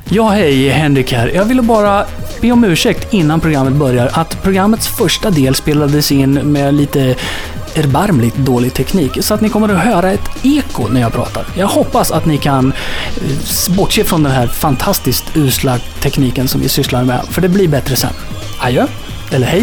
Ja, hej, Henrik här. Jag ville bara be om ursäkt innan programmet börjar att programmets första del spelades in med lite erbarmligt dålig teknik, så att ni kommer att höra ett eko när jag pratar. Jag hoppas att ni kan bortse från den här fantastiskt usla tekniken som vi sysslar med, för det blir bättre sen. Adjö, eller hej.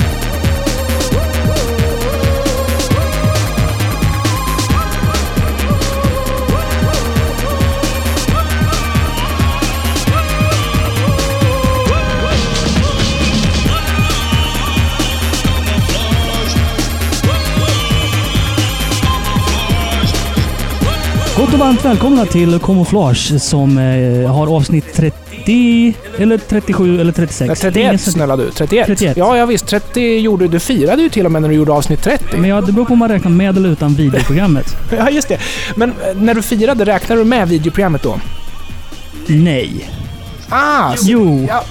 Gott och varmt välkomna till Camouflage som har avsnitt 30 eller 37 eller 36. 31 snälla du, 31. 31. Ja visst, 30 gjorde du, firade ju till och med när du gjorde avsnitt 30. Men det beror på om man räknar med eller utan videoprogrammet. Ja just det, men när du firade, räknar du med videoprogrammet då? Nej. Jo. Ja.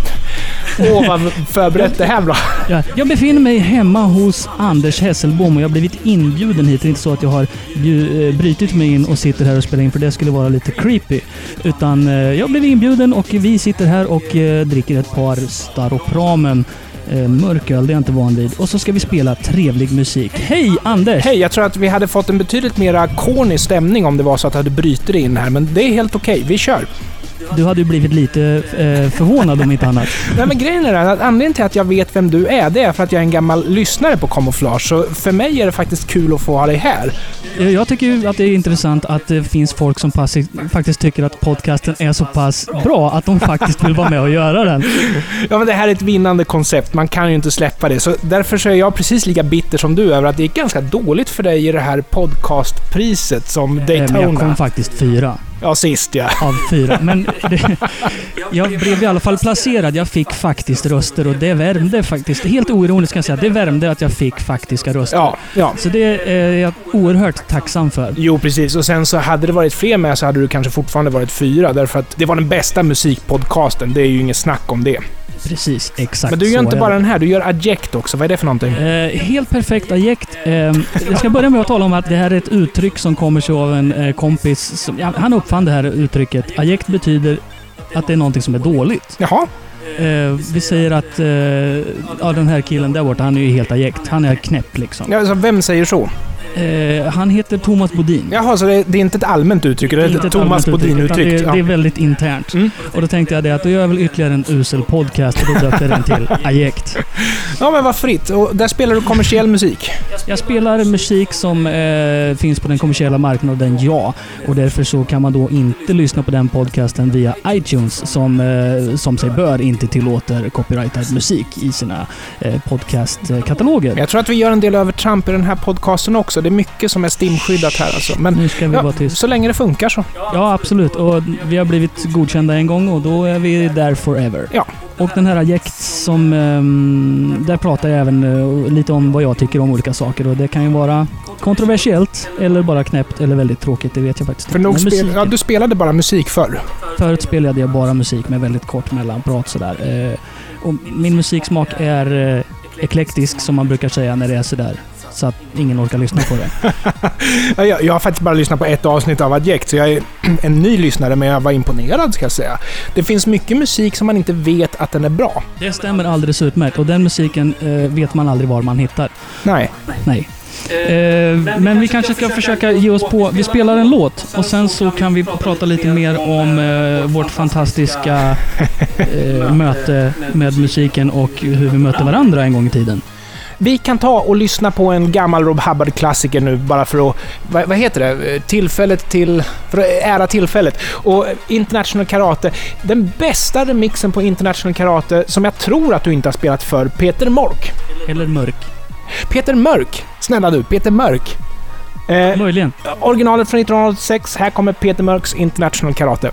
Vad förberett det här bra. Ja, jag befinner mig hemma hos Anders Hesselbom och jag har blivit inbjuden hit. Det är inte så att jag har brytit mig in och sitter här och spelar in, för det skulle vara lite creepy. Utan jag blev inbjuden och vi sitter här och dricker ett par Staropramen. Mörköl, det är jag inte van vid. Och så ska vi spela trevlig musik. Hej Anders! Hej, jag tror att vi hade fått en betydligt mer corny stämning om det var så att du hade brytit in här. Men det är helt okej, vi kör. Du hade ju blivit lite förvånad om inte annat. Nej, men grejen är att anledningen till att jag vet vem du är, det är för att jag är en gammal lyssnare på Camouflage. Så för mig är det faktiskt kul att få ha dig här. Jag tycker ju att det är intressant att det finns folk som faktiskt tycker att podcasten är så pass bra att de faktiskt vill vara med och göra den. Ja, men det här är ett vinnande koncept. Man kan ju inte släppa det. Så därför så är jag precis lika bitter som du över att det är ganska dåligt för dig i det här podcastpriset som Daytona. Men jag kom faktiskt 4. Ja, sist ja. Av 4. Men jag blev i alla fall placerad. Jag fick faktiskt röster och det värmde faktiskt. Helt oironiskt kan jag säga. Det värmde att jag fick faktiska röster. Ja. Så det är jag oerhört tacksam för. Jo, precis. Och sen så hade det varit fler med så hade du kanske fortfarande varit 4. Därför att det var den bästa musikpodcasten. Det är ju inget snack om det. Precis, exakt. Men du gör inte bara den här, du gör Aject också. Vad är det för någonting? Helt perfekt Aject. Jag ska börja med att tala om att det här är ett uttryck som kommer sig av en kompis. Han uppfann det här uttrycket. Aject betyder att det är någonting som är dåligt. Jaha. Vi säger att den här killen där borta, han är ju helt Aject. Han är knäpp liksom. Ja, alltså, vem säger så? Han heter Thomas Bodin. Jaha, så det är inte ett allmänt uttryck, det är ett Thomas Bodin-uttryck. Det är väldigt internt. Och då tänkte jag det att då gör jag väl ytterligare en usel podcast och då döpte jag den till Aject. Ja, men vad fritt. Och där spelar du kommersiell musik? Jag spelar musik som finns på den kommersiella marknaden, ja. Och därför så kan man då inte lyssna på den podcasten via iTunes som sig bör inte tillåter copyrightad musik i sina podcastkataloger. Jag tror att vi gör en del övertramp i den här podcasten också. Det är mycket som är stimskyddat här alltså. Men nu ska vi vara tyst. Så länge det funkar så. Ja, absolut. Och vi har blivit godkända en gång och då är vi där forever. Ja. Och den här Aject som... där pratar jag även lite om vad jag tycker om olika saker. Och det kan ju vara kontroversiellt eller bara knäppt eller väldigt tråkigt. Det vet jag faktiskt inte. Du spelade bara musik förr. Förut spelade jag bara musik med väldigt kort mellanprat sådär. Och min musiksmak är eklektisk som man brukar säga när det är sådär. Så att ingen orkar lyssna på det. Jag har faktiskt bara lyssnat på ett avsnitt av Aject, så jag är en ny lyssnare, men jag var imponerad ska jag säga. Det finns mycket musik som man inte vet att den är bra. Det stämmer alldeles utmärkt, och den musiken vet man aldrig var man hittar. Nej. Men vi kanske ska försöka ge oss på... Vi spelar en låt och sen så kan vi prata lite mer om vårt fantastiska möte med musiken och hur vi möter varandra en gång i tiden. Vi kan ta och lyssna på en gammal Rob Hubbard-klassiker nu bara för att... Vad heter det? För att ära tillfället. Och International Karate. Den bästa remixen på International Karate som jag tror att du inte har spelat för, Peter Mörk. Eller Mörk. Peter Mörk. Snälla du, Peter Mörk. Möjligen. Originalet från 1986. Här kommer Peter Mörks International Karate.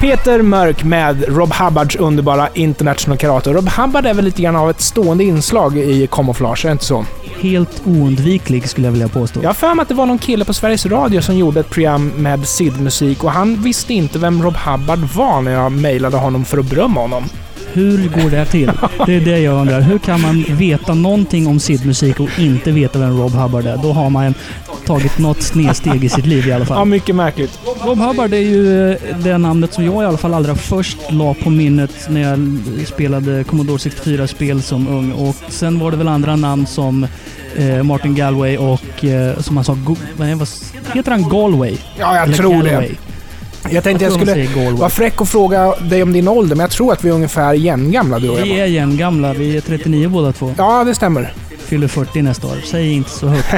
Peter Mörk med Rob Hubbards underbara International Karate. Rob Hubbard är väl lite grann av ett stående inslag i Camouflage, är det inte så? Helt oundviklig skulle jag vilja påstå. Jag har för mig att det var någon kille på Sveriges Radio som gjorde ett program med Sid-musik och han visste inte vem Rob Hubbard var när jag mejlade honom för att berömma honom. Hur går det till? Det är det jag undrar. Hur kan man veta någonting om Sid-musik och inte veta vem Rob Hubbard är? Då har man tagit något snedsteg i sitt liv i alla fall. Ja, mycket märkligt. Rob Hubbard är ju det namnet som jag i alla fall allra först la på minnet när jag spelade Commodore 64-spel som ung. Och sen var det väl andra namn som Martin Galway och som han sa, vad heter han? Galway? Ja, jag tror Galway. Det. Jag tänkte jag skulle vara fräck och fråga dig om din ålder, men jag tror att vi är ungefär jämngamla, du och jag. Vi är jämngamla, vi är 39 båda två. Ja, det stämmer. Fyller 40 nästa år. Säg inte så högt.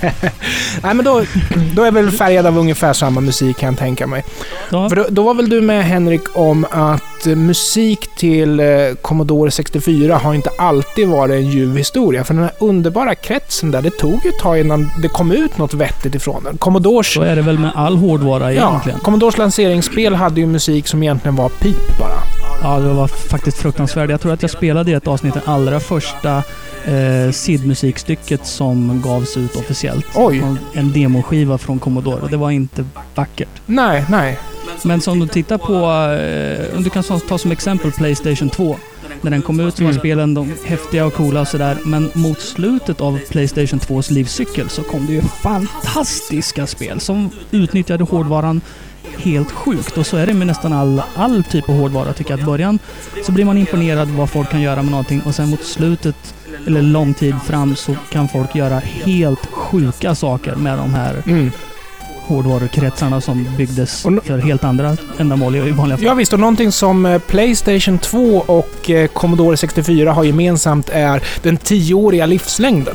Nej, men då är väl färgad av ungefär samma musik, kan jag tänka mig. Ja. För då var väl du med, Henrik, om att musik till Commodore 64 har inte alltid varit en ljuv historia. För den här underbara kretsen där, det tog ju ett tag innan det kom ut något vettigt ifrån den. Commodores... Så är det väl med all hårdvara egentligen. Ja, Commodores lanseringsspel hade ju musik som egentligen var pip bara. Ja, det var faktiskt fruktansvärt. Jag tror att jag spelade i ett avsnitt den allra första SID-musikstycket som gavs ut officiellt. Oj! En demoskiva från Commodore. Det var inte vackert. Nej. Men som du tittar på, du kan ta som exempel PlayStation 2. När den kom ut så var spelen de häftiga och coola och sådär. Men mot slutet av PlayStation 2s livscykel så kom det ju fantastiska spel som utnyttjade hårdvaran helt sjukt. Och så är det med nästan all typ av hårdvara, tycker jag. Att början så blir man imponerad vad folk kan göra med någonting och sen mot slutet eller lång tid fram så kan folk göra helt sjuka saker med de här hårdvarukretsarna som byggdes för helt andra ändamål i vanliga fall. Ja visst, och någonting som PlayStation 2 och Commodore 64 har gemensamt är den 10-åriga livslängden.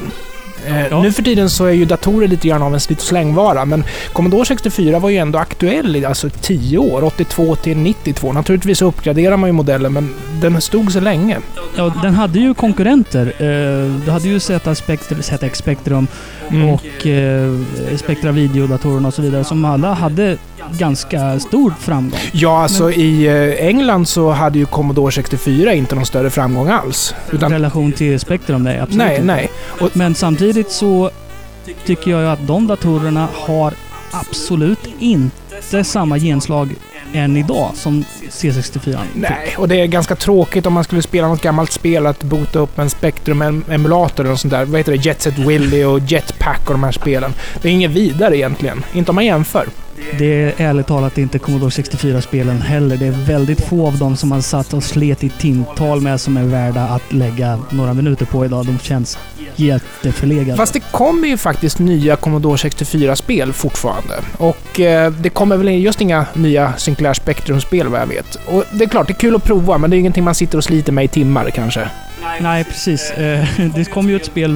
Nu för tiden så är ju datorer lite grann av en slit- och slängvara, men Commodore 64 var ju ändå aktuell i 10 år, 82 till 92. Naturligtvis uppgraderar man ju modellen, men den stod så länge. Ja, den hade ju konkurrenter. Du hade ju ZX Spectrum och Spectra videodatorerna och så vidare som alla hade ganska stor framgång. Ja, alltså i England så hade ju Commodore 64 inte någon större framgång alls. Utan relation till Spectrum, nej, absolut inte. Nej. Men samtidigt så tycker jag ju att de datorerna har absolut inte samma genomslag än idag som C64. Nej, och det är ganska tråkigt om man skulle spela något gammalt spel att boota upp en Spectrum-emulator och sånt där. Vad heter det? Jet Set Willy och Jetpack och de här spelen. Det är inget vidare egentligen. Inte om man jämför. Det är ärligt talat inte Commodore 64-spelen heller. Det är väldigt få av dem som man satt och slet i timtal med som är värda att lägga några minuter på idag. De känns jätteförlegade. Fast det kommer ju faktiskt nya Commodore 64-spel fortfarande. Och det kommer väl just inga nya Sinclair Spectrum-spel vad jag vet. Och det är klart, det är kul att prova, men det är ingenting man sitter och sliter med i timmar kanske. Nej, precis. Det kom ju ett spel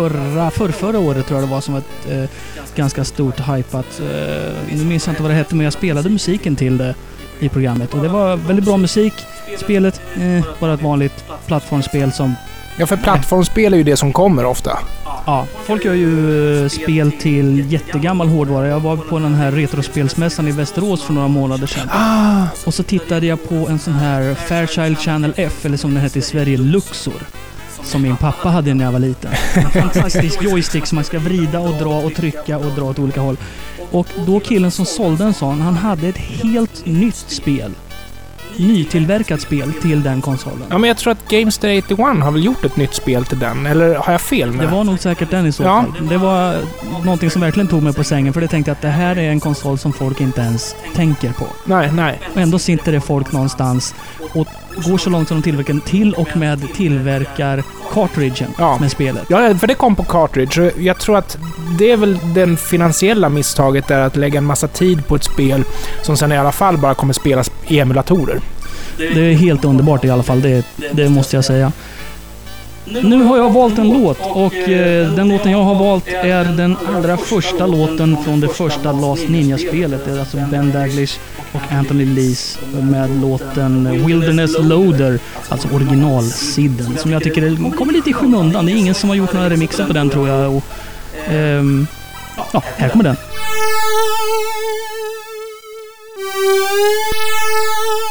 förra året tror jag det var som ett ganska stort hypat. Nu minns jag inte vad det hette, men jag spelade musiken till det i programmet. Och det var väldigt bra musik. Spelet, bara ett vanligt plattformsspel som... Ja, för plattformsspel är ju det som kommer ofta. Ja, folk gör ju spel till jättegammal hårdvara. Jag var på den här retrospelsmässan i Västerås för några månader sedan. Och så tittade jag på en sån här Fairchild Channel F, eller som den heter i Sverige, Luxor. Som min pappa hade när jag var liten. En fantastisk joystick som man ska vrida och dra och trycka och dra åt olika håll. Och då killen som sålde en sån, han hade ett helt nytt spel. Nytillverkat spel till den konsolen. Ja, men jag tror att Gamester 81 har väl gjort ett nytt spel till den, eller har jag fel med det? Det var nog säkert den i så fall. Det var någonting som verkligen tog mig på sängen, för det tänkte jag att det här är en konsol som folk inte ens tänker på. Nej. Och ändå sitter det folk någonstans och går så långt som de tillverkar cartridgen med spelet. Ja, för det kom på cartridge. Jag tror att det är väl den finansiella misstaget där, att lägga en massa tid på ett spel som sen i alla fall bara kommer spelas i emulatorer. Det är helt underbart i alla fall, det måste jag säga. Nu har jag valt en låt och den låten jag har valt är den allra första låten från det första Last Ninja-spelet. Det är alltså Ben Daglish och Anthony Lees med låten Wilderness Loader, alltså originalsidden, som jag tycker kommer lite i skymundan. Det är ingen som har gjort några remixer på den, tror jag. Och, här kommer den.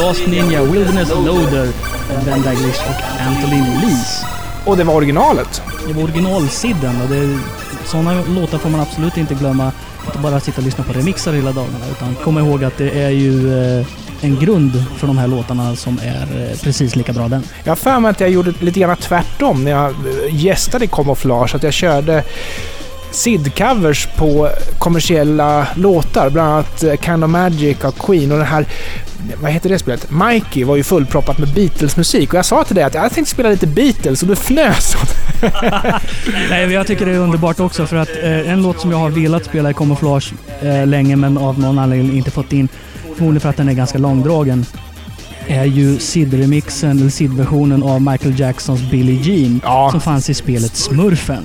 Last Ninja, Wilderness Loader, Ben Daglish och Anthony Lees. Och det var originalet. Det var originalsidden och sådana låtar får man absolut inte glömma. Inte bara sitta och lyssna på remixar hela dagarna, utan kom ihåg att det är ju en grund för de här låtarna som är precis lika bra den. Jag har för mig att jag gjorde lite grann tvärtom när jag gästade i Camouflage, att jag körde SID-covers på kommersiella låtar, bland annat Kind of Magic av Queen, och den här, vad heter det spelet? Mikey var ju fullproppat med Beatles-musik, och jag sa till dig att jag tänkte spela lite Beatles och du fnös. Nej, jag tycker det är underbart också, för att en låt som jag har velat spela i Camouflage länge men av någon anledning inte fått in, förmodligen för att den är ganska långdragen, är ju SID-remixen eller SID-versionen av Michael Jacksons Billie Jean, som fanns i spelet Smurfen.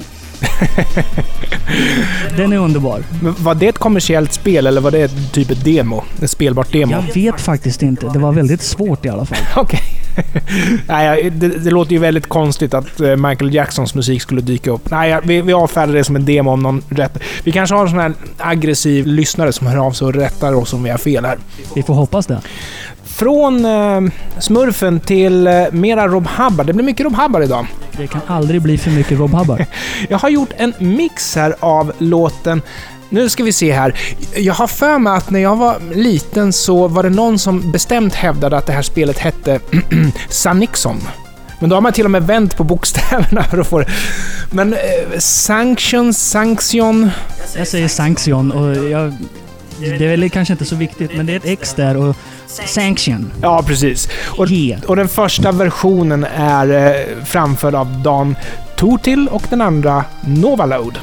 Den är underbar. Men var det ett kommersiellt spel eller var det typ ett demo? Ett spelbart demo? Jag vet faktiskt inte. Det var väldigt svårt i alla fall. Okej. Nej, det låter ju väldigt konstigt att Michael Jacksons musik skulle dyka upp. Nej, vi avfärdar det som en demo om någon rätt. Vi kanske har en sån här aggressiv lyssnare som hör av sig och rättar oss om vi har fel här. Vi får hoppas det. Från Smurfen till mera Rob Hubbard. Det blir mycket Rob Hubbard idag. Det kan aldrig bli för mycket Rob Hubbard. Jag har gjort en mix här av låten. Nu ska vi se här. Jag har för mig att när jag var liten så var det någon som bestämt hävdade att det här spelet hette Sanixon. Men då har man till och med vänt på bokstäverna för att få det. Men Sanction. Jag säger Sanction och det är väl kanske inte så viktigt, men det är ett X där och Sanction. Ja, precis. Och den första versionen är framförd av Dan Tortil och den andra Novaload.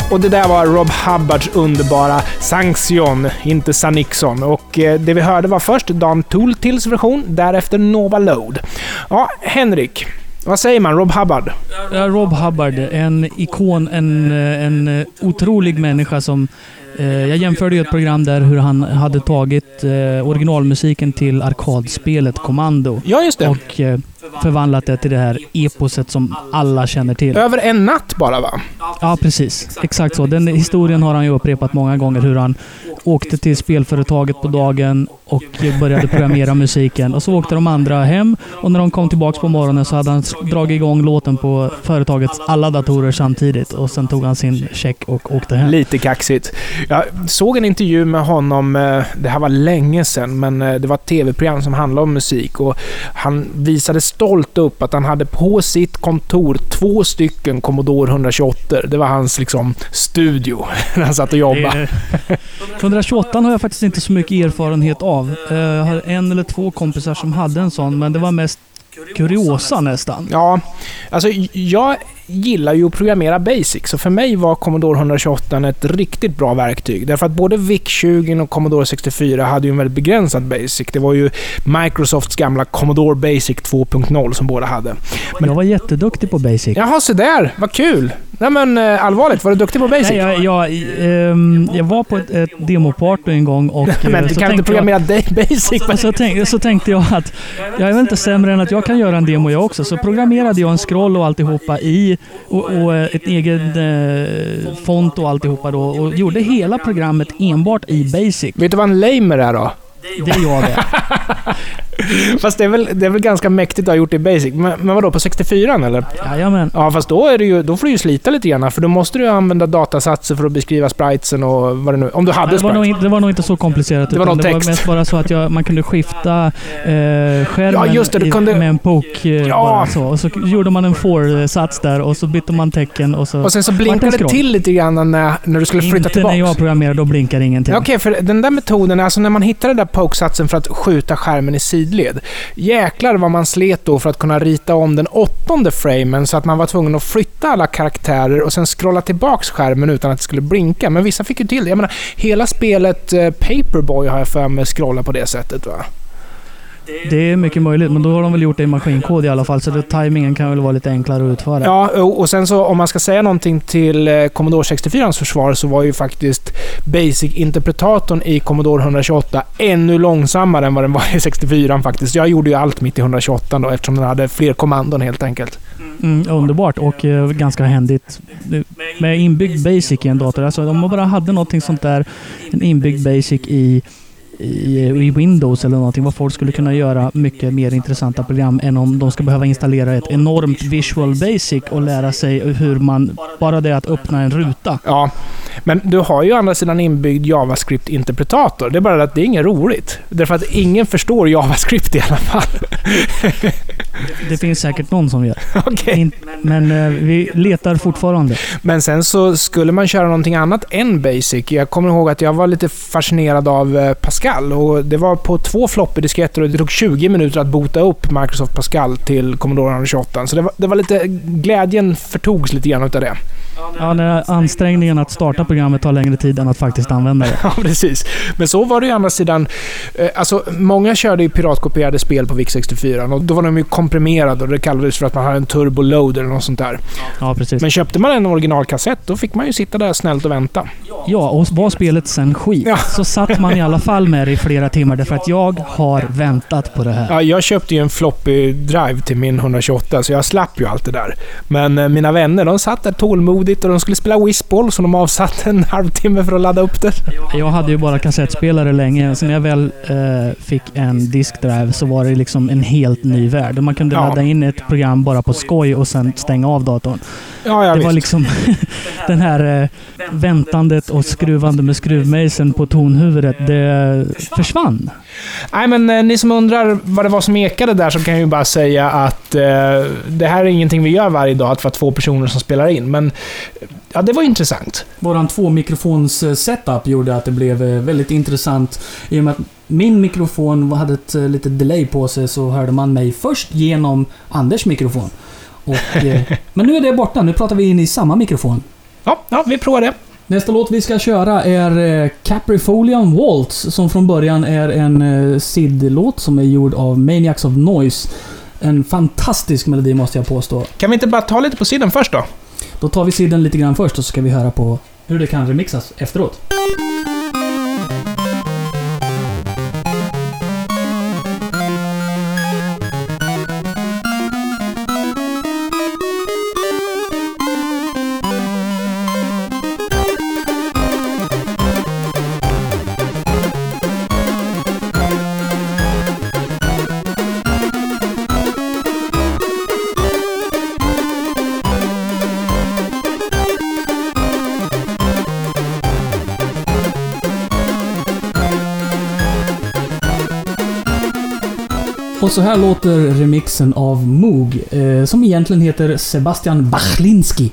Och det där var Rob Hubbards underbara Sanction, inte Sanixon. Och det vi hörde var först Dan Tooltills version, därefter Nova Load. Ja, Henrik, vad säger man? Rob Hubbard? Ja, Rob Hubbard, en ikon, en otrolig människa som... Jag jämförde ju ett program där hur han hade tagit originalmusiken till arkadspelet Commando. Ja, just det. Och förvandlat det till det här eposet som alla känner till. Över en natt bara, va? Ja, precis. Exakt så. Den historien har han ju upprepat många gånger, hur han åkte till spelföretaget på dagen och började programmera musiken. Och så åkte de andra hem och när de kom tillbaka på morgonen så hade han dragit igång låten på företagets alla datorer samtidigt. Och sen tog han sin check och åkte hem. Lite kaxigt. Jag såg en intervju med honom, det här var länge sedan, men det var ett tv-program som handlade om musik och han visade stolt upp att han hade på sitt kontor 2 stycken Commodore 128. Det var hans liksom studio när han satt och jobbade. 128 har jag faktiskt inte så mycket erfarenhet av. Jag har 1 eller 2 kompisar som hade en sån, men det var mest kuriosa nästan. Ja, alltså jag gillar ju att programmera Basic, så för mig var Commodore 128 ett riktigt bra verktyg. Därför att både VIC-20 och Commodore 64 hade ju en väldigt begränsad Basic. Det var ju Microsofts gamla Commodore Basic 2.0 som båda hade. Men jag var jätteduktig på Basic. Jaha, så där. Vad kul! Nej men allvarligt, var du duktig på Basic? Nej, jag var på ett demoparty en gång och... men du kan inte programmera Basic. Så tänkte jag att jag är väl inte sämre än att jag kan göra en demo jag också. Så programmerade jag en scroll och alltihopa i och ett egen font och alltihopa då och gjorde hela programmet enbart i Basic. Vet du vad en lamer är då? Det är jag det. Fast det är väl ganska mäktigt att ha gjort det i Basic. Men vadå, på 64 eller? Jajamän. Ja, fast då får du ju slita lite grann. För då måste du använda datasatser för att beskriva spritesen och vad det nu... Om du hade det var nog inte så komplicerat. Det var mest bara så att man kunde skifta skärmen ja, just det, med en poke. Ja. Så. Och så gjorde man en for-sats där och så bytte man tecken och så... Och sen så blinkade det till lite grann när du skulle flytta tillbaka. Inte när jag programmerar, då blinkar ingenting. Okej, för den där metoden, alltså när man hittar den där poke-satsen för att skjuta skärmen i sidled. Jäklar vad man slet då för att kunna rita om den 8:e framen så att man var tvungen att flytta alla karaktärer och sen scrolla tillbaks skärmen utan att det skulle blinka. Men vissa fick ju till det. Jag menar, hela spelet Paperboy har jag för mig scrolla på det sättet, va? Det är mycket möjligt, men då har de väl gjort det i maskinkod i alla fall, så timingen kan väl vara lite enklare att utföra. Ja, och sen så om man ska säga någonting till Commodore 64s försvar så var ju faktiskt Basic-interpretatorn i Commodore 128 ännu långsammare än vad den var i 64 faktiskt. Jag gjorde ju allt mitt i 128 då, eftersom den hade fler kommandon helt enkelt. Underbart och ganska händigt. Med inbyggd Basic i en dator. Alltså om man bara hade någonting sånt där, en inbyggd Basic i Windows eller någonting, vad folk skulle kunna göra mycket mer intressanta program än om de ska behöva installera ett enormt Visual Basic och lära sig hur man, bara det att öppna en ruta. Ja, men du har ju å andra sidan inbyggd JavaScript-interpretator. Det är bara att det är inget roligt. Därför att ingen förstår JavaScript i alla fall. Det finns säkert någon som gör. Okay. Men vi letar fortfarande. Men sen så skulle man köra någonting annat än Basic. Jag kommer ihåg att jag var lite fascinerad av Pascal. Och det var på 2 floppy-disketter och det tog 20 minuter att bota upp Microsoft Pascal till Commodore 128. Så det var lite... Glädjen förtogs lite grann utav det. Ja, när ansträngningen att starta programmet tar längre tid än att faktiskt använda det. Ja, precis. Men så var det ju andra sidan... Alltså, många körde ju piratkopierade spel på VIC-64 och då var de ju komprimerade och det kallades för att man hade en turboloader eller något sånt där. Ja, precis. Men köpte man en originalkassett, då fick man ju sitta där snällt och vänta. Ja, och var spelet sen skit, så satt man i alla fall med det i flera timmar därför att jag har väntat på det här. Ja, jag köpte ju en floppy drive till min 128 så jag slapp ju allt det där. Men mina vänner, de satt där tålmodigt och de skulle spela Whistball så de avsatte en halvtimme för att ladda upp det. Jag hade ju bara kassettspelare länge. Så när jag väl fick en diskdrive så var det liksom en helt ny värld. Man kunde ladda in ett program bara på skoj och sen stänga av datorn. Ja, det var liksom den här väntandet och skruvande med skruvmejseln på tonhuvudet, det försvann. Nej, men ni som undrar vad det var som ekade där så kan jag ju bara säga att det här är ingenting vi gör varje dag, att vara 2 personer som spelar in. Men ja, det var intressant. Våran 2-mikrofons-setup gjorde att det blev väldigt intressant. I och med att min mikrofon hade ett litet delay på sig så hörde man mig först genom Anders mikrofon. Och, men nu är det borta. Nu pratar vi in i samma mikrofon. Ja, vi provar det. Nästa låt vi ska köra är Caprifolian Waltz, som från början är en SID-låt som är gjord av Maniacs of Noise. En fantastisk melodi måste jag påstå. Kan vi inte bara ta lite på sidan först då? Då tar vi sidan lite grann först och så ska vi höra på hur det kan remixas efteråt. Och så här låter remixen av Moog, som egentligen heter Sebastian Bachlinski.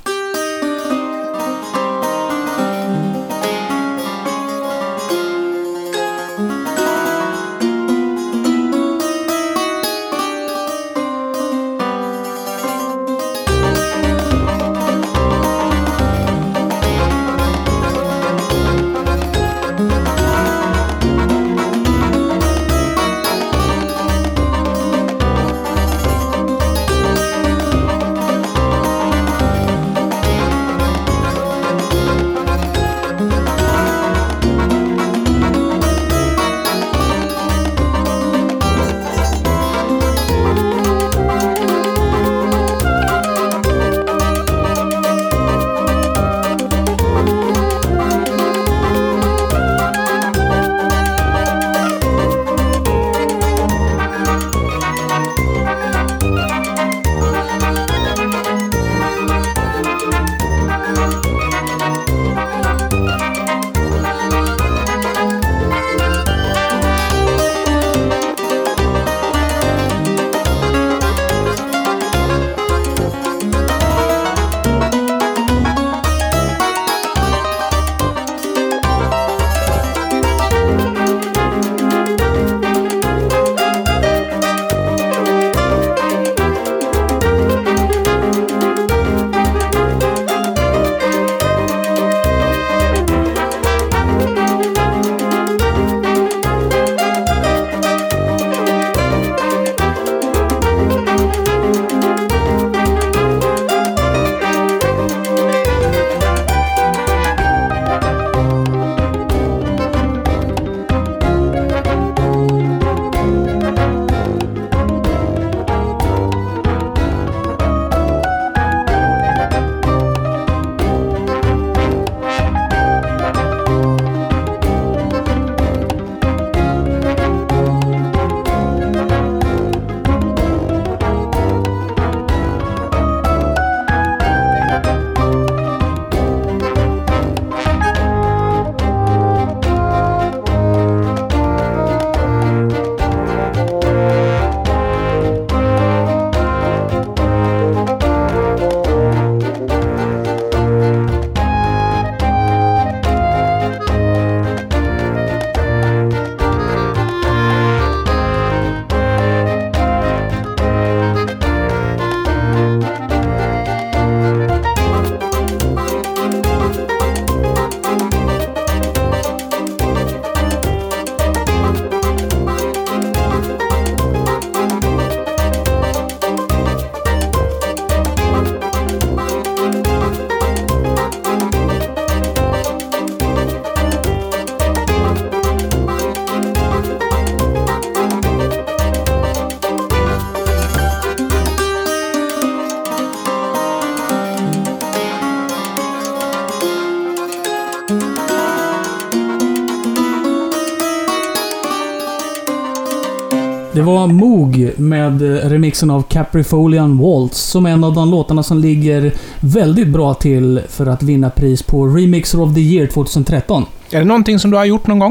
Det var Moog med remixen av Caprifolian Waltz som är en av de låtarna som ligger väldigt bra till för att vinna pris på Remixer of the Year 2013. Är det någonting som du har gjort någon gång?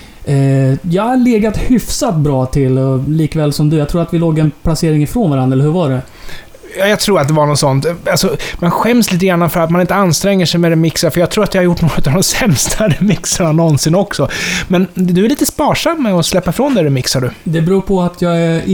Jag har legat hyfsat bra till, och likväl som du. Jag tror att vi låg en placering ifrån varandra, eller hur var det? Jag tror att det var något sånt. Alltså, man skäms lite grann för att man inte anstränger sig med remixar, för jag tror att jag har gjort några av de sämsta remixarna någonsin också. Men du är lite sparsam med att släppa från dig remixar, du. Det beror på att jag är inte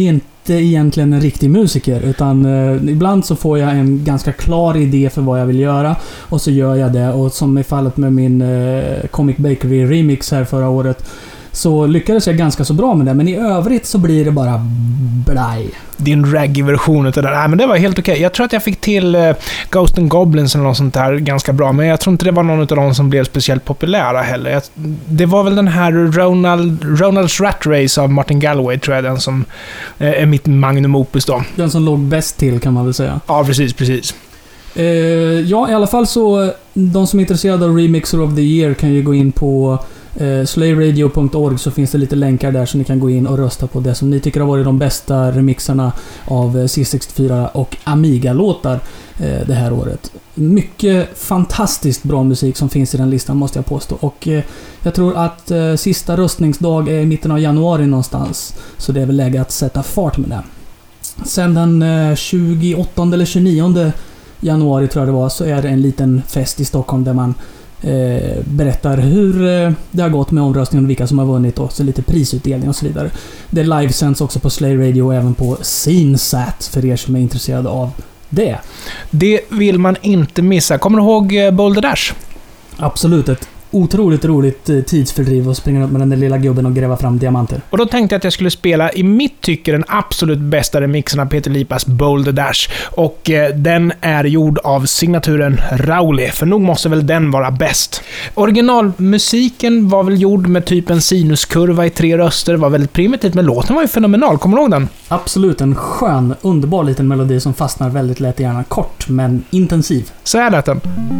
inte egentligen en riktig musiker, utan ibland så får jag en ganska klar idé för vad jag vill göra och så gör jag det. Och som i fallet med min Comic Bakery remix här förra året, så lyckades jag ganska så bra med det, men i övrigt så blir det bara blaj. Din reggae-version av det där. Nej, men det var helt okej. Jag tror att jag fick till Ghost and Goblins eller något sånt där ganska bra, men jag tror inte det var någon av dem som blev speciellt populära heller. Det var väl den här Ronald's Rat Race av Martin Galway, tror jag, den som är mitt magnum opus då. Den som låg bäst till, kan man väl säga. Ja, precis. Ja, i alla fall så de som är intresserade av Remixer of the Year kan ju gå in på slayradio.org, så finns det lite länkar där så ni kan gå in och rösta på det som ni tycker har varit de bästa remixarna av C64 och Amiga-låtar det här året. Mycket fantastiskt bra musik som finns i den listan, måste jag påstå. Och jag tror att sista röstningsdag är i mitten av januari någonstans, så det är väl läge att sätta fart med det. Sen den 28 eller 29 januari tror jag det var, så är det en liten fest i Stockholm där man berättar hur det har gått med omröstningen och vilka som har vunnit och så lite prisutdelning och så vidare. Det livesänds också på Slay Radio och även på SceneSat för er som är intresserade av det. Det vill man inte missa. Kommer du ihåg Boulder Dash? Absolut, ett otroligt roligt tidsfördriv och springa upp med den där lilla gubben och gräva fram diamanter. Och då tänkte jag att jag skulle spela i mitt tycke den absolut bästa remixen av Peter Lipas Boulder Dash. Och den är gjord av signaturen Rowley, för nog måste väl den vara bäst. Originalmusiken var väl gjord med typ en sinuskurva i 3 röster, var väldigt primitivt, men låten var ju fenomenal. Kommer du ihåg den? Absolut, en skön, underbar liten melodi som fastnar väldigt lätt i hjärnan. Kort, men intensiv. Så här lät den.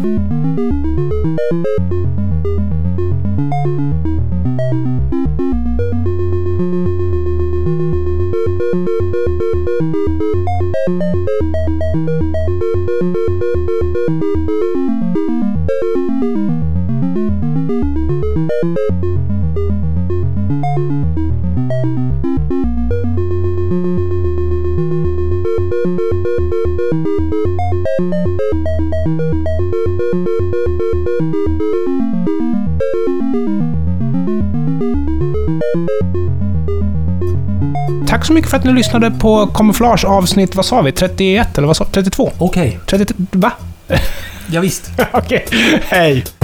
Tack så mycket för att ni lyssnade på Camouflage avsnitt, vad sa vi? 31 eller vad sa vi? 32? Okej. 32, va? Ja, visst. Okej, hej.